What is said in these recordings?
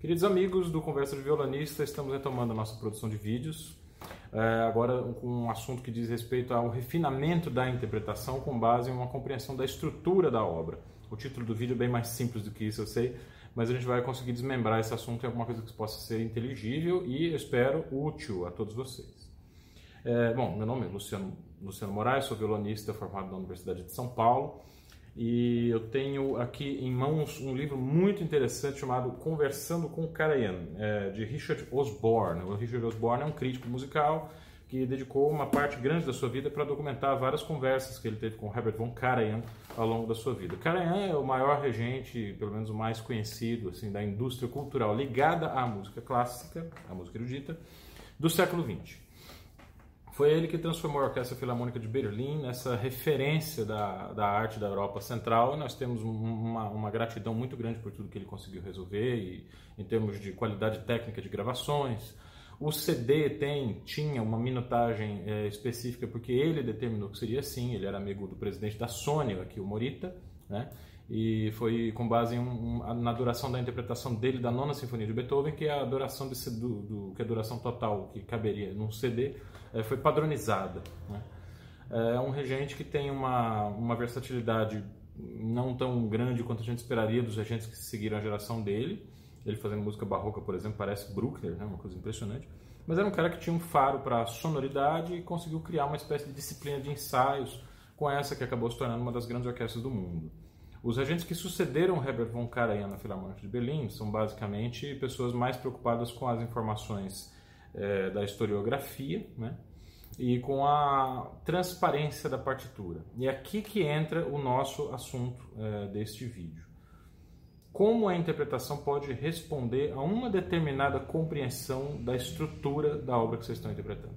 Queridos amigos do Conversa de Violonista, estamos retomando a nossa produção de vídeos, agora com um assunto que diz respeito ao refinamento da interpretação com base em uma compreensão da estrutura da obra. O título do vídeo é bem mais simples do que isso, eu sei, mas a gente vai conseguir desmembrar esse assunto em alguma coisa que possa ser inteligível e, eu espero, útil a todos vocês. Bom, meu nome é Luciano Moraes, sou violonista formado na Universidade de São Paulo. E eu tenho aqui em mãos um livro muito interessante chamado Conversando com Karajan, de Richard Osborne. O Richard Osborne é um crítico musical que dedicou uma parte grande da sua vida para documentar várias conversas que ele teve com Herbert von Karajan ao longo da sua vida. Karajan é o maior regente, pelo menos o mais conhecido, assim, da indústria cultural ligada à música clássica, à música erudita, do século XX. Foi ele que transformou a Orquestra Filarmônica de Berlim nessa referência da arte da Europa Central, e nós temos uma gratidão muito grande por tudo que ele conseguiu resolver, e, em termos de qualidade técnica de gravações. O CD tinha uma minutagem específica, porque ele determinou que seria assim. Ele era amigo do presidente da Sony, aqui o Morita, né? E foi com base na duração da interpretação dele da Nona Sinfonia de Beethoven, que é a duração que a duração total que caberia num CD foi padronizada, né? É um regente que tem uma versatilidade não tão grande quanto a gente esperaria dos regentes que seguiram a geração dele. Ele fazendo música barroca, por exemplo, parece Bruckner, né? Uma coisa impressionante. Mas era um cara que tinha um faro para sonoridade e conseguiu criar uma espécie de disciplina de ensaios com essa que acabou se tornando uma das grandes orquestras do mundo. Os regentes que sucederam Herbert von Karajan na Filarmônica de Berlim são basicamente pessoas mais preocupadas com as informações da historiografia, né? E com a transparência da partitura. E é aqui que entra o nosso assunto deste vídeo. Como a interpretação pode responder a uma determinada compreensão da estrutura da obra que vocês estão interpretando?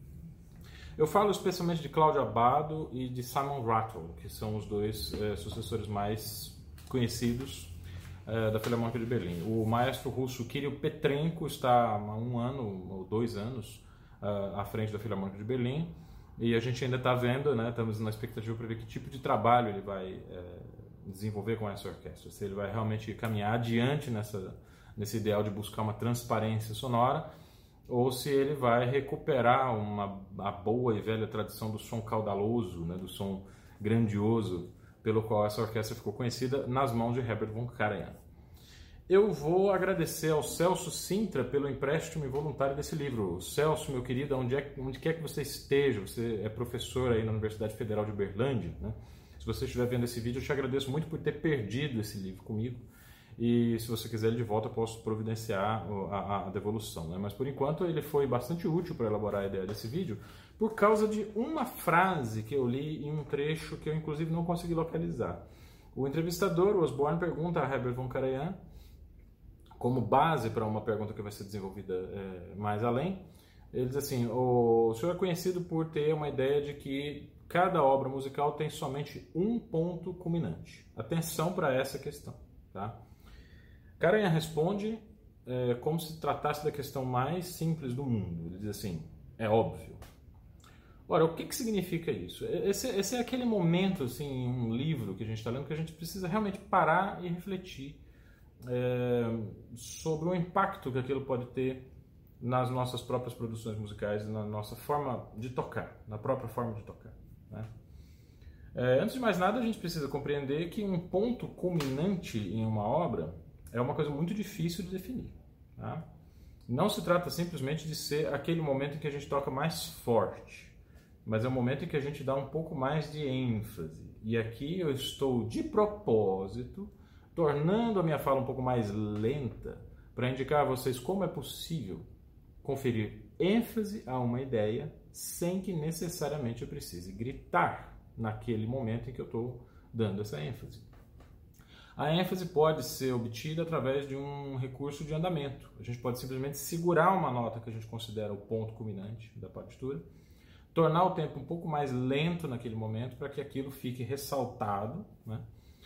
Eu falo especialmente de Cláudio Abbado e de Simon Rattle, que são os dois sucessores mais conhecidos da Filarmônica de Berlim. O maestro russo Kirill Petrenko está há 1 ano ou 2 anos à frente da Filarmônica de Berlim, e a gente ainda está vendo, né, estamos na expectativa para ver que tipo de trabalho ele vai desenvolver com essa orquestra, se ele vai realmente caminhar adiante nesse ideal de buscar uma transparência sonora, ou se ele vai recuperar a boa e velha tradição do som caudaloso, né, do som grandioso, pelo qual essa orquestra ficou conhecida nas mãos de Herbert von Karajan. Eu vou agradecer ao Celso Sintra pelo empréstimo voluntário desse livro. Celso, meu querido, onde quer que você esteja, você é professor aí na Universidade Federal de Uberlândia, né? Se você estiver vendo esse vídeo, eu te agradeço muito por ter perdido esse livro comigo. E se você quiser ele de volta, eu posso providenciar a devolução, né? Mas por enquanto ele foi bastante útil para elaborar a ideia desse vídeo, por causa de uma frase que eu li em um trecho que eu inclusive não consegui localizar. O entrevistador, o Osborne, pergunta a Herbert von Karajan, como base para uma pergunta que vai ser desenvolvida mais além, ele diz assim: o senhor é conhecido por ter uma ideia de que cada obra musical tem somente um ponto culminante. Atenção para essa questão, tá? Karajan responde como se tratasse da questão mais simples do mundo. Ele diz assim: é óbvio. Ora, o que significa isso? Esse é aquele momento, assim, em um livro que a gente está lendo, que a gente precisa realmente parar e refletir sobre o impacto que aquilo pode ter nas nossas próprias produções musicais, na nossa forma de tocar, na própria forma de tocar, né? Antes de mais nada, a gente precisa compreender que um ponto culminante em uma obra é uma coisa muito difícil de definir, tá? Não se trata simplesmente de ser aquele momento em que a gente toca mais forte, mas é o momento em que a gente dá um pouco mais de ênfase. E aqui eu estou, de propósito, tornando a minha fala um pouco mais lenta para indicar a vocês como é possível conferir ênfase a uma ideia sem que necessariamente eu precise gritar naquele momento em que eu estou dando essa ênfase. A ênfase pode ser obtida através de um recurso de andamento. A gente pode simplesmente segurar uma nota que a gente considera o ponto culminante da partitura, tornar o tempo um pouco mais lento naquele momento para que aquilo fique ressaltado, né?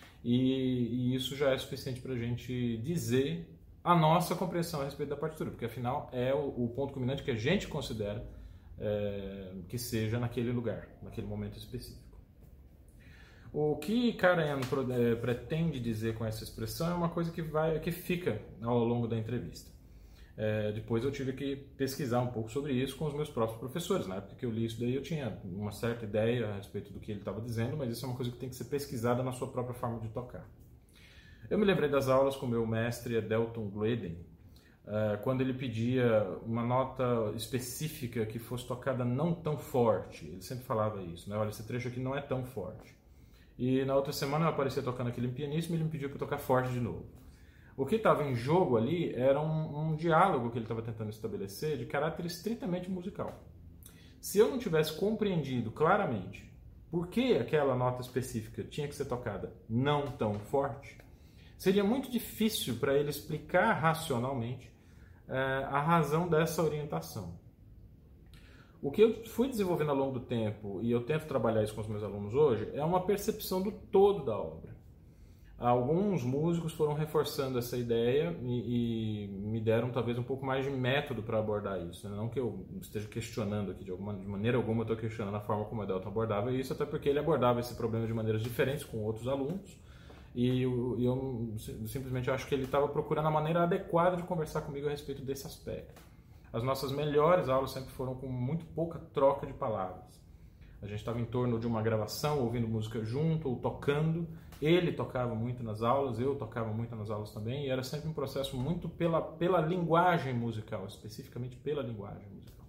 E isso já é suficiente para a gente dizer a nossa compreensão a respeito da partitura, porque afinal é o ponto culminante que a gente considera que seja naquele lugar, naquele momento específico. O que Karajan pretende dizer com essa expressão é uma coisa que fica ao longo da entrevista. Depois eu tive que pesquisar um pouco sobre isso com os meus próprios professores. Na época que eu li isso daí eu tinha uma certa ideia a respeito do que ele estava dizendo, mas isso é uma coisa que tem que ser pesquisada na sua própria forma de tocar. Eu me lembrei das aulas com o meu mestre Adelton Gleden, quando ele pedia uma nota específica que fosse tocada não tão forte. Ele sempre falava isso, né? Olha, esse trecho aqui não é tão forte. E na outra semana eu aparecia tocando aquele pianíssimo e ele me pediu para tocar forte de novo. O que estava em jogo ali era um diálogo que ele estava tentando estabelecer de caráter estritamente musical. Se eu não tivesse compreendido claramente por que aquela nota específica tinha que ser tocada não tão forte, seria muito difícil para ele explicar racionalmente a razão dessa orientação. O que eu fui desenvolvendo ao longo do tempo, e eu tento trabalhar isso com os meus alunos hoje, é uma percepção do todo da obra. Alguns músicos foram reforçando essa ideia e me deram talvez um pouco mais de método para abordar isso. Não que eu esteja questionando aqui, de maneira alguma eu estou questionando a forma como o Adelton abordava isso, até porque ele abordava esse problema de maneiras diferentes com outros alunos. E eu simplesmente acho que ele estava procurando a maneira adequada de conversar comigo a respeito desse aspecto. As nossas melhores aulas sempre foram com muito pouca troca de palavras. A gente estava em torno de uma gravação, ouvindo música junto ou tocando. Ele tocava muito nas aulas, eu tocava muito nas aulas também, e era sempre um processo muito pela linguagem musical, especificamente pela linguagem musical.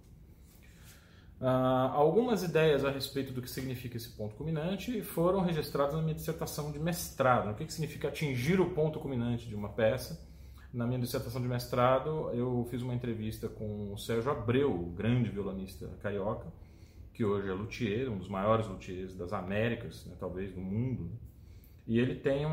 Algumas ideias a respeito do que significa esse ponto culminante foram registradas na minha dissertação de mestrado. O que significa atingir o ponto culminante de uma peça? Na minha dissertação de mestrado, eu fiz uma entrevista com o Sérgio Abreu, o grande violonista carioca, que hoje é luthier, um dos maiores luthiers das Américas, né, talvez do mundo. E ele tem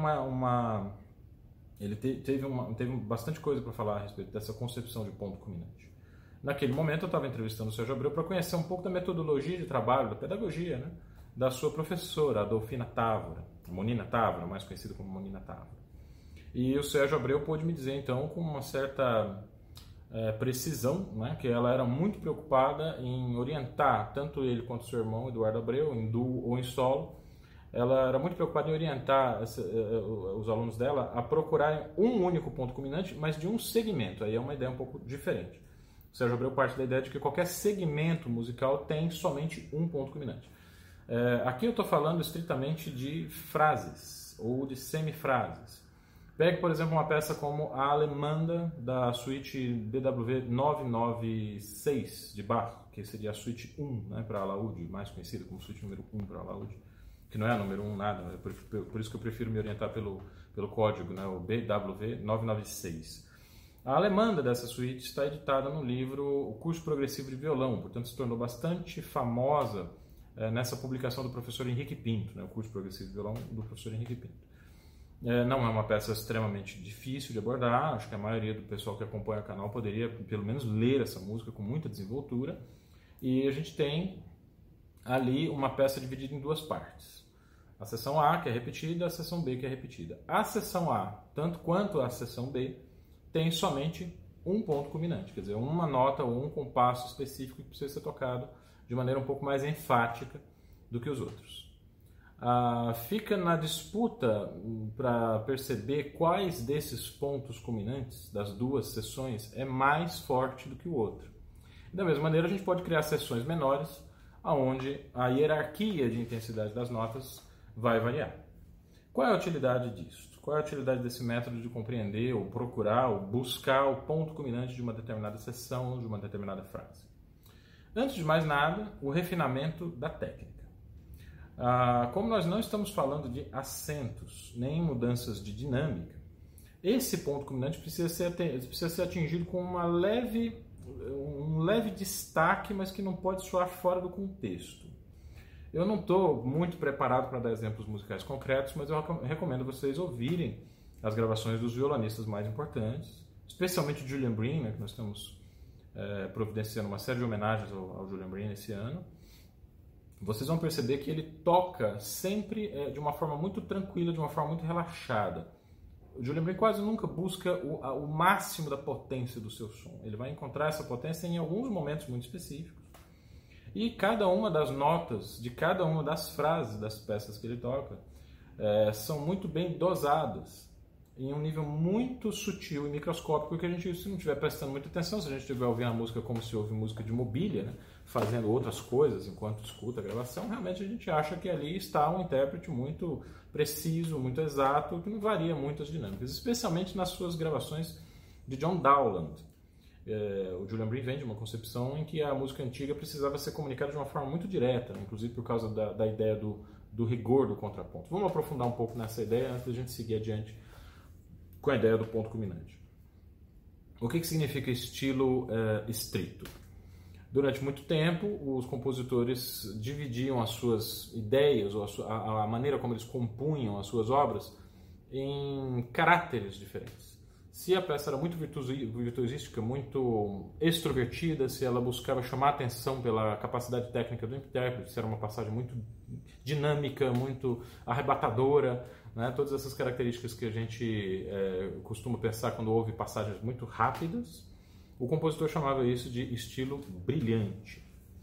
teve bastante coisa para falar a respeito dessa concepção de ponto culminante. Naquele momento eu estava entrevistando o Sérgio Abreu para conhecer um pouco da metodologia de trabalho, da pedagogia, né, da sua professora, Adolfina Távora, Monina Távora, mais conhecida como Monina Távora. E o Sérgio Abreu pôde me dizer, então, com uma certa precisão, né, que ela era muito preocupada em orientar tanto ele quanto seu irmão, Eduardo Abreu, em duo ou em solo. Ela era muito preocupada em orientar os alunos dela a procurarem um único ponto culminante, mas de um segmento. Aí é uma ideia um pouco diferente. O Sérgio Abreu parte da ideia de que qualquer segmento musical tem somente um ponto culminante. Aqui eu estou falando estritamente de frases ou de semifrases. Pegue, por exemplo, uma peça como a Alemanda da suíte BWV 996 de Bach, que seria a suíte 1, né, para alaúde, mais conhecida como suíte número 1 para alaúde, que não é a número 1 nada, por isso que eu prefiro me orientar pelo código, né, o BWV 996. A Alemanda dessa suíte está editada no livro O Curso Progressivo de Violão, portanto se tornou bastante famosa nessa publicação do professor Henrique Pinto, né, o Curso Progressivo de Violão do professor Henrique Pinto. Não é uma peça extremamente difícil de abordar, acho que a maioria do pessoal que acompanha o canal poderia pelo menos ler essa música com muita desenvoltura, e a gente tem ali uma peça dividida em duas partes. A seção A, que é repetida, e a seção B, que é repetida. A seção A, tanto quanto a seção B, tem somente um ponto culminante, quer dizer, uma nota ou um compasso específico que precisa ser tocado de maneira um pouco mais enfática do que os outros. Fica na disputa para perceber quais desses pontos culminantes das duas seções é mais forte do que o outro. Da mesma maneira, a gente pode criar seções menores, onde a hierarquia de intensidade das notas vai variar. Qual é a utilidade disso? Qual é a utilidade desse método de compreender, ou procurar, ou buscar o ponto culminante de uma determinada seção ou de uma determinada frase? Antes de mais nada, o refinamento da técnica. Como nós não estamos falando de acentos, nem mudanças de dinâmica, esse ponto culminante precisa ser atingido com um leve destaque, mas que não pode soar fora do contexto. Eu não estou muito preparado para dar exemplos musicais concretos, mas eu recomendo vocês ouvirem as gravações dos violonistas mais importantes, especialmente Julian Bream, né, que nós estamos providenciando uma série de homenagens ao Julian Bream esse ano. Vocês vão perceber que ele toca sempre de uma forma muito tranquila, de uma forma muito relaxada. O Julian Bream quase nunca busca o máximo da potência do seu som. Ele vai encontrar essa potência em alguns momentos muito específicos. E cada uma das notas de cada uma das frases das peças que ele toca são muito bem dosadas, em um nível muito sutil e microscópico, que a gente, se não estiver prestando muita atenção, se a gente estiver ouvindo a música como se ouve música de mobília, né, fazendo outras coisas enquanto escuta a gravação, realmente a gente acha que ali está um intérprete muito preciso, muito exato, que não varia muito as dinâmicas, especialmente nas suas gravações de John Dowland. O Julian Bream vem de uma concepção em que a música antiga precisava ser comunicada de uma forma muito direta, né, inclusive por causa da ideia do rigor do contraponto. Vamos aprofundar um pouco nessa ideia antes da gente seguir adiante com a ideia do ponto culminante. O que significa estilo estrito? Durante muito tempo, os compositores dividiam as suas ideias ou a maneira como eles compunham as suas obras em caráteres diferentes. Se a peça era muito virtuosística, muito extrovertida, se ela buscava chamar a atenção pela capacidade técnica do intérprete, se era uma passagem muito dinâmica, muito arrebatadora, né? Todas essas características que a gente costuma pensar quando ouve passagens muito rápidas, o compositor chamava isso de estilo brilhante.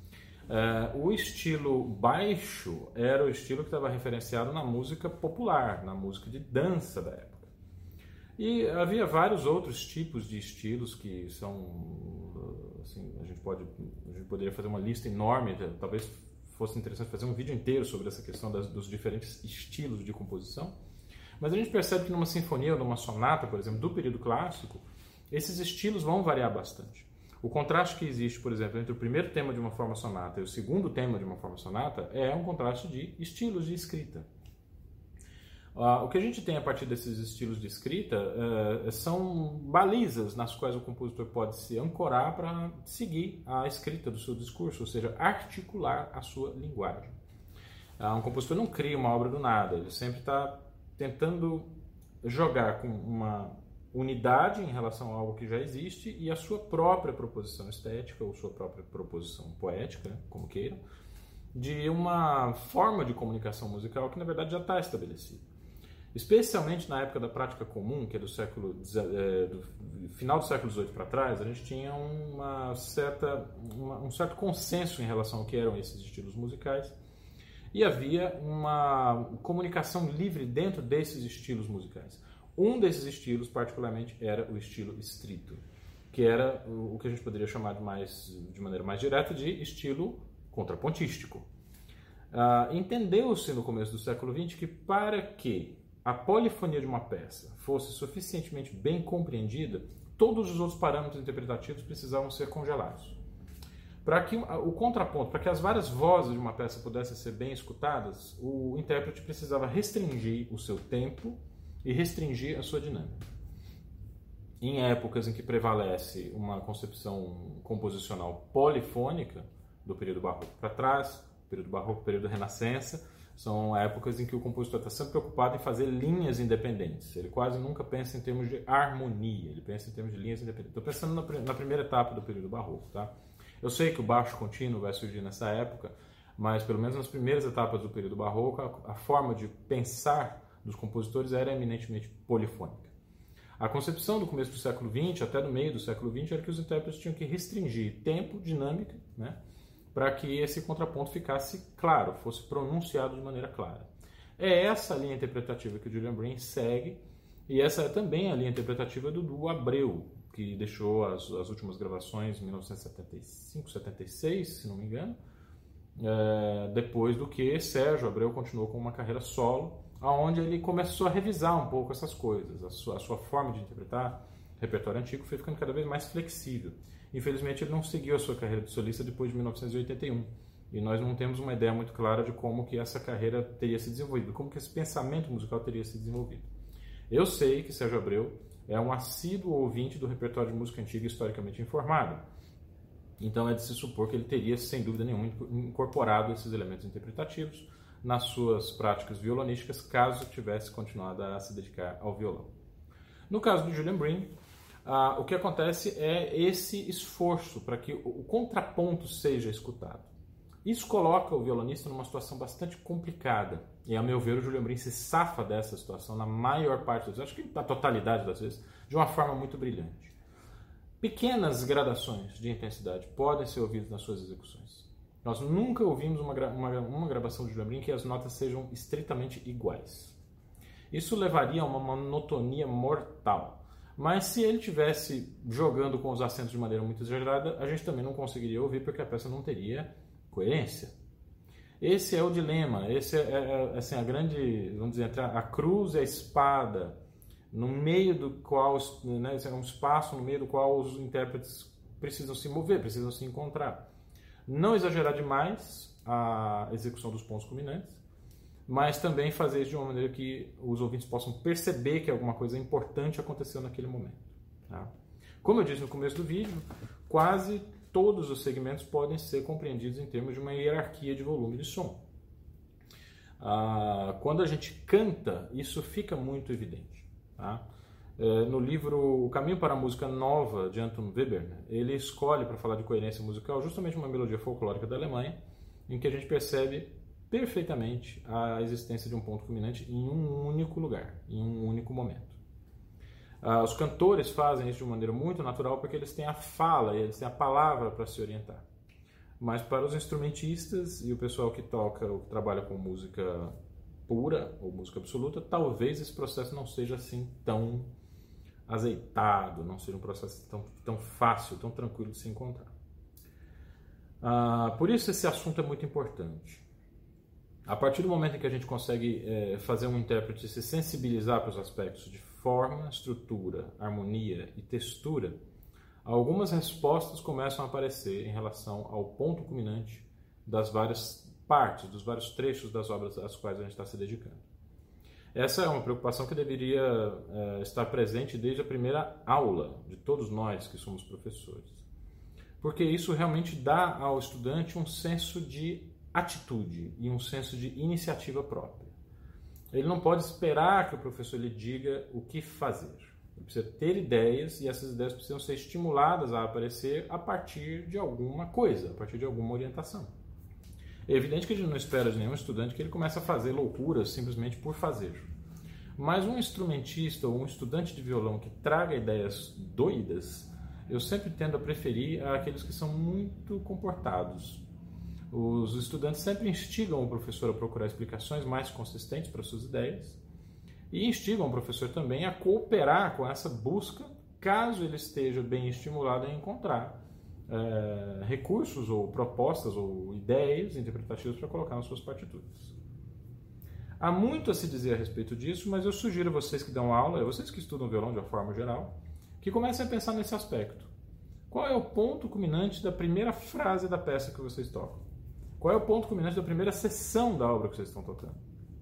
O estilo baixo era o estilo que estava referenciado na música popular, na música de dança da época. E havia vários outros tipos de estilos que são, assim, a gente poderia fazer uma lista enorme, talvez fosse interessante fazer um vídeo inteiro sobre essa questão dos diferentes estilos de composição, mas a gente percebe que numa sinfonia ou numa sonata, por exemplo, do período clássico, esses estilos vão variar bastante. O contraste que existe, por exemplo, entre o primeiro tema de uma forma sonata e o segundo tema de uma forma sonata é um contraste de estilos de escrita. O que a gente tem a partir desses estilos de escrita são balizas nas quais o compositor pode se ancorar para seguir a escrita do seu discurso, ou seja, articular a sua linguagem. Um compositor não cria uma obra do nada, ele sempre está tentando jogar com uma unidade em relação a algo que já existe e a sua própria proposição estética ou sua própria proposição poética, né, como queiram, de uma forma de comunicação musical que na verdade já está estabelecida. Especialmente na época da prática comum, que é do final do século XVIII para trás, a gente tinha um certo consenso em relação ao que eram esses estilos musicais e havia uma comunicação livre dentro desses estilos musicais. Um desses estilos, particularmente, era o estilo estrito, que era o que a gente poderia chamar de maneira mais direta de estilo contrapontístico. Entendeu-se no começo do século XX que para que a polifonia de uma peça fosse suficientemente bem compreendida, todos os outros parâmetros interpretativos precisavam ser congelados. Para que o contraponto, para que as várias vozes de uma peça pudessem ser bem escutadas, o intérprete precisava restringir o seu tempo e restringir a sua dinâmica. Em épocas em que prevalece uma concepção composicional polifônica, do período barroco para trás, período barroco, período renascença, são épocas em que o compositor está sempre preocupado em fazer linhas independentes. Ele quase nunca pensa em termos de harmonia, ele pensa em termos de linhas independentes. Estou pensando na primeira etapa do período barroco, tá? Eu sei que o baixo contínuo vai surgir nessa época, mas pelo menos nas primeiras etapas do período barroco, a forma de pensar dos compositores era eminentemente polifônica. A concepção do começo do século XX, até do meio do século XX, era que os intérpretes tinham que restringir tempo, dinâmica, né, para que esse contraponto ficasse claro, fosse pronunciado de maneira clara. É essa a linha interpretativa que o Julian Bream segue, e essa é também a linha interpretativa do Abreu, que deixou as últimas gravações em 1975, 76, se não me engano, depois do que Sérgio Abreu continuou com uma carreira solo, onde ele começou a revisar um pouco essas coisas. A sua forma de interpretar o repertório antigo foi ficando cada vez mais flexível. Infelizmente, ele não seguiu a sua carreira de solista depois de 1981. E nós não temos uma ideia muito clara de como que essa carreira teria se desenvolvido, como que esse pensamento musical teria se desenvolvido. Eu sei que Sérgio Abreu é um assíduo ouvinte do repertório de música antiga historicamente informado. Então é de se supor que ele teria, sem dúvida nenhuma, incorporado esses elementos interpretativos nas suas práticas violonísticas, caso tivesse continuado a se dedicar ao violão. No caso do Julian Bream, o que acontece é esse esforço para que o contraponto seja escutado. Isso coloca o violonista numa situação bastante complicada. E, a meu ver, o Julian Bream se safa dessa situação na maior parte das vezes, acho que na totalidade das vezes, de uma forma muito brilhante. Pequenas gradações de intensidade podem ser ouvidas nas suas execuções. Nós nunca ouvimos uma gravação de Julian Bream que as notas sejam estritamente iguais. Isso levaria a uma monotonia mortal. Mas se ele estivesse jogando com os acentos de maneira muito exagerada, a gente também não conseguiria ouvir porque a peça não teria coerência. Esse é o dilema, esse é assim, a grande, vamos dizer, entre a cruz e a espada, no meio do qual, né, é um espaço no meio do qual os intérpretes precisam se mover, precisam se encontrar. Não exagerar demais a execução dos pontos culminantes, mas também fazer isso de uma maneira que os ouvintes possam perceber que alguma coisa importante aconteceu naquele momento. Tá? Como eu disse no começo do vídeo, quase todos os segmentos podem ser compreendidos em termos de uma hierarquia de volume de som. Quando a gente canta, isso fica muito evidente. Tá? No livro O Caminho para a Música Nova, de Anton Webern, ele escolhe para falar de coerência musical justamente uma melodia folclórica da Alemanha, em que a gente percebe perfeitamente a existência de um ponto culminante em um único lugar, em um único momento. Os cantores fazem isso de uma maneira muito natural porque eles têm a fala, eles têm a palavra para se orientar. Mas para os instrumentistas e o pessoal que toca ou que trabalha com música pura ou música absoluta, talvez esse processo não seja assim tão azeitado, não seja um processo tão fácil, tão tranquilo de se encontrar. Por isso esse assunto é muito importante. A partir do momento em que a gente consegue fazer um intérprete se sensibilizar para os aspectos de forma, estrutura, harmonia e textura, algumas respostas começam a aparecer em relação ao ponto culminante das várias partes, dos vários trechos das obras às quais a gente está se dedicando. Essa é uma preocupação que deveria estar presente desde a primeira aula de todos nós que somos professores. Porque isso realmente dá ao estudante um senso de atitude e um senso de iniciativa própria. Ele não pode esperar que o professor lhe diga o que fazer. Ele precisa ter ideias e essas ideias precisam ser estimuladas a aparecer a partir de alguma coisa, a partir de alguma orientação. É evidente que a gente não espera de nenhum estudante que ele comece a fazer loucuras simplesmente por fazer. Mas um instrumentista ou um estudante de violão que traga ideias doidas, eu sempre tendo a preferir aqueles que são muito comportados. Os estudantes sempre instigam o professor a procurar explicações mais consistentes para suas ideias e instigam o professor também a cooperar com essa busca, caso ele esteja bem estimulado a encontrar recursos ou propostas ou ideias interpretativas para colocar nas suas partituras. Há muito a se dizer a respeito disso, mas eu sugiro a vocês que dão aula, vocês que estudam violão de uma forma geral, que comecem a pensar nesse aspecto. Qual é o ponto culminante da primeira frase da peça que vocês tocam? Qual é o ponto culminante da primeira sessão da obra que vocês estão tocando?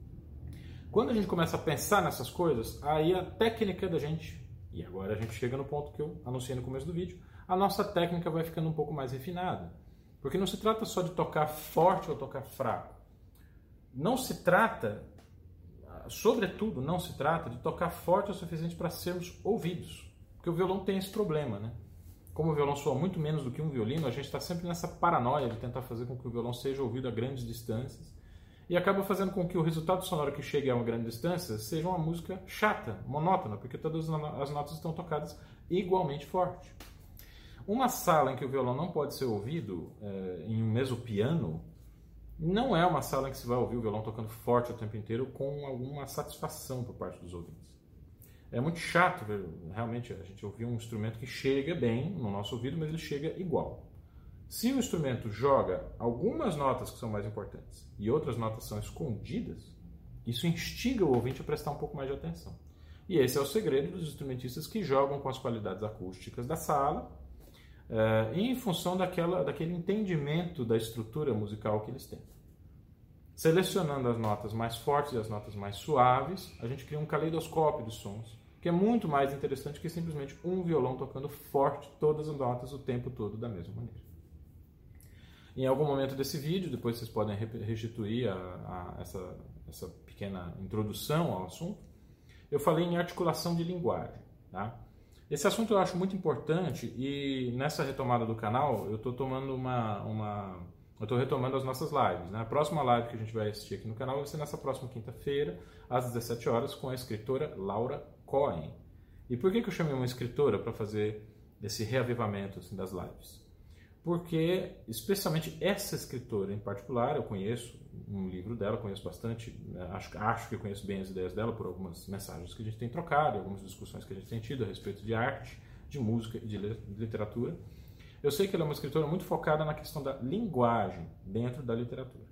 Quando a gente começa a pensar nessas coisas, aí a técnica da gente, e agora a gente chega no ponto que eu anunciei no começo do vídeo, a nossa técnica vai ficando um pouco mais refinada. Porque não se trata só de tocar forte ou tocar fraco. Não se trata, sobretudo, não se trata de tocar forte o suficiente para sermos ouvidos. Porque o violão tem esse problema, né? Como o violão soa muito menos do que um violino, a gente está sempre nessa paranoia de tentar fazer com que o violão seja ouvido a grandes distâncias e acaba fazendo com que o resultado sonoro que chegue a uma grande distância seja uma música chata, monótona, porque todas as notas estão tocadas igualmente forte. Uma sala em que o violão não pode ser ouvido em um mezzopiano não é uma sala em que se vai ouvir o violão tocando forte o tempo inteiro com alguma satisfação por parte dos ouvintes. É muito chato, realmente, a gente ouvir um instrumento que chega bem no nosso ouvido, mas ele chega igual. Se o instrumento joga algumas notas que são mais importantes e outras notas são escondidas, isso instiga o ouvinte a prestar um pouco mais de atenção. E esse é o segredo dos instrumentistas que jogam com as qualidades acústicas da sala, em função daquele entendimento da estrutura musical que eles têm. Selecionando as notas mais fortes e as notas mais suaves, a gente cria um caleidoscópio de sons, que é muito mais interessante que simplesmente um violão tocando forte todas as notas o tempo todo da mesma maneira. Em algum momento desse vídeo, depois vocês podem restituir essa pequena introdução ao assunto, eu falei em articulação de linguagem. Tá? Esse assunto eu acho muito importante e nessa retomada do canal eu estou retomando as nossas lives. Né? A próxima live que a gente vai assistir aqui no canal vai ser nessa próxima quinta-feira, às 17 horas, com a escritora Laura Cohen. E por que eu chamei uma escritora para fazer esse reavivamento assim, das lives? porque, especialmente essa escritora em particular, eu conheço um livro dela, conheço bastante, acho que eu conheço bem as ideias dela por algumas mensagens que a gente tem trocado, algumas discussões que a gente tem tido a respeito de arte, de música e de literatura. Eu sei que ela é uma escritora muito focada na questão da linguagem dentro da literatura.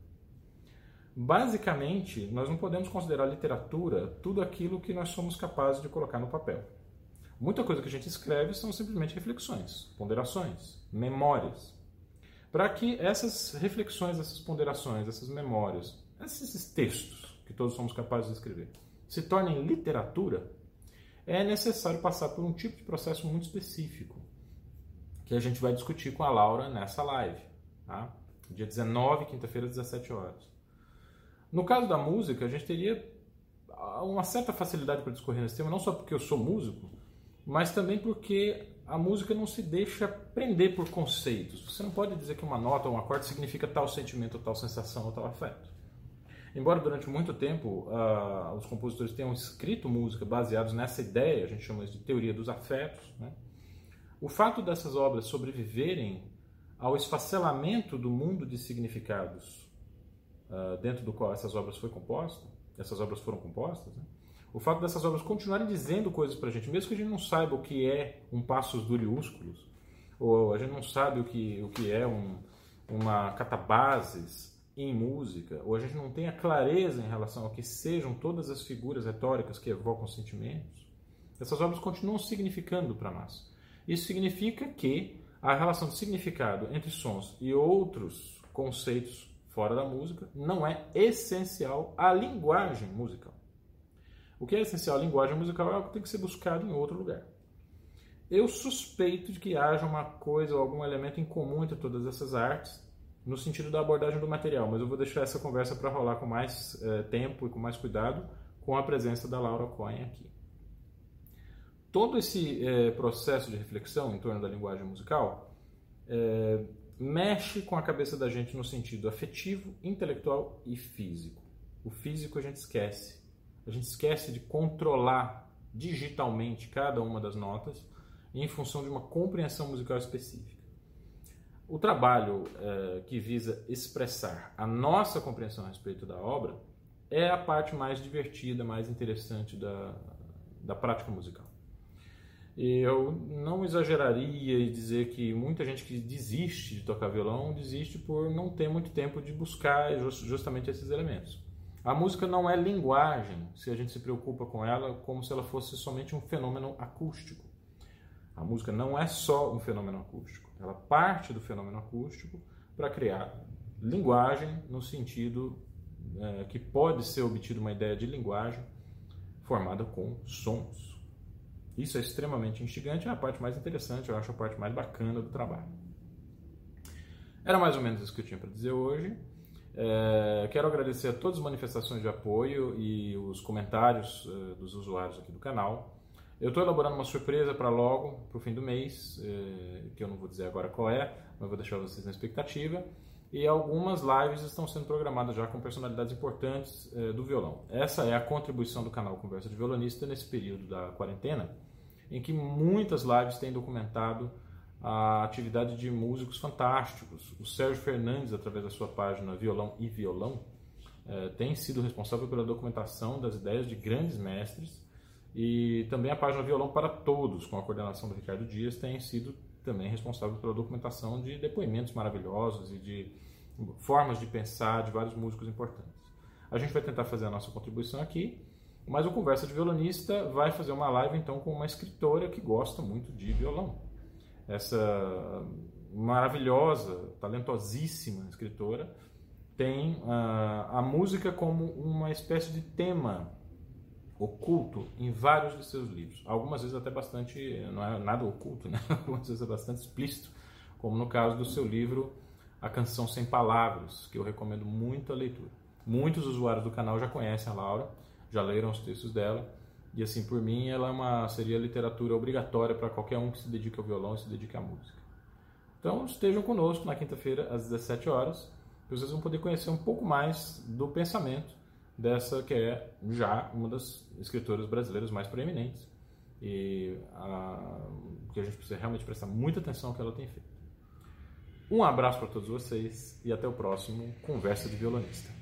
Basicamente, nós não podemos considerar literatura tudo aquilo que nós somos capazes de colocar no papel. Muita coisa que a gente escreve são simplesmente reflexões, ponderações, memórias. Para que essas reflexões, essas ponderações, essas memórias, esses textos que todos somos capazes de escrever, se tornem literatura, é necessário passar por um tipo de processo muito específico, que a gente vai discutir com a Laura nessa live, tá? Dia 19, quinta-feira, 17 horas. No caso da música, a gente teria uma certa facilidade para discorrer nesse tema, não só porque eu sou músico, mas também porque a música não se deixa prender por conceitos. Você não pode dizer que uma nota ou um acorde significa tal sentimento, ou tal sensação, ou tal afeto. Embora durante muito tempo os compositores tenham escrito música baseados nessa ideia, a gente chama isso de teoria dos afetos, né? O fato dessas obras sobreviverem ao esfacelamento do mundo de significados dentro do qual essas obras foram compostas, né? O fato dessas obras continuarem dizendo coisas para a gente, mesmo que a gente não saiba o que é um passus duriúsculos, ou a gente não sabe o que é uma catabases em música, ou a gente não tenha clareza em relação ao que sejam todas as figuras retóricas que evocam sentimentos, essas obras continuam significando para nós. Isso significa que a relação de significado entre sons e outros conceitos fora da música não é essencial à linguagem musical. O que é essencial à linguagem musical é algo que tem que ser buscado em outro lugar. Eu suspeito de que haja uma coisa ou algum elemento em comum entre todas essas artes, no sentido da abordagem do material, mas eu vou deixar essa conversa para rolar com mais tempo e com mais cuidado, com a presença da Laura Cohen aqui. Todo esse processo de reflexão em torno da linguagem musical mexe com a cabeça da gente no sentido afetivo, intelectual e físico. O físico a gente esquece. A gente esquece de controlar digitalmente cada uma das notas em função de uma compreensão musical específica. O trabalho que visa expressar a nossa compreensão a respeito da obra é a parte mais divertida, mais interessante da prática musical. Eu não exageraria em dizer que muita gente que desiste de tocar violão desiste por não ter muito tempo de buscar justamente esses elementos. A música não é linguagem se a gente se preocupa com ela como se ela fosse somente um fenômeno acústico. A música não é só um fenômeno acústico. Ela parte do fenômeno acústico para criar linguagem no sentido que pode ser obtido uma ideia de linguagem formada com sons. Isso é extremamente instigante, é a parte mais interessante, eu acho a parte mais bacana do trabalho. Era mais ou menos isso que eu tinha para dizer hoje. Quero agradecer a todas as manifestações de apoio e os comentários dos usuários aqui do canal. Eu estou elaborando uma surpresa para logo, para o fim do mês, que eu não vou dizer agora qual é, mas vou deixar vocês na expectativa. E algumas lives estão sendo programadas já com personalidades importantes do violão. Essa é a contribuição do canal Conversa de Violonista nesse período da quarentena, em que muitas lives têm documentado a atividade de músicos fantásticos. O Sérgio Fernandes, através da sua página Violão e Violão, tem sido responsável pela documentação das ideias de grandes mestres, e também a página Violão para Todos, com a coordenação do Ricardo Dias, tem sido também responsável pela documentação de depoimentos maravilhosos e de formas de pensar de vários músicos importantes. A gente vai tentar fazer a nossa contribuição aqui, mas o Conversa de Violonista vai fazer uma live então com uma escritora que gosta muito de violão. Essa maravilhosa, talentosíssima escritora tem a música como uma espécie de tema oculto em vários de seus livros. Algumas vezes até bastante, não é nada oculto, né? Algumas vezes é bastante explícito, como no caso do seu livro A Canção Sem Palavras, que eu recomendo muito a leitura. Muitos usuários do canal já conhecem a Laura, já leram os textos dela, e assim, por mim, ela seria literatura obrigatória para qualquer um que se dedique ao violão e se dedique à música. Então, estejam conosco na quinta-feira, às 17 horas, que vocês vão poder conhecer um pouco mais do pensamento dessa que é já uma das escritoras brasileiras mais proeminentes e que a gente precisa realmente prestar muita atenção ao que ela tem feito. Um abraço para todos vocês e até o próximo Conversa de Violonista.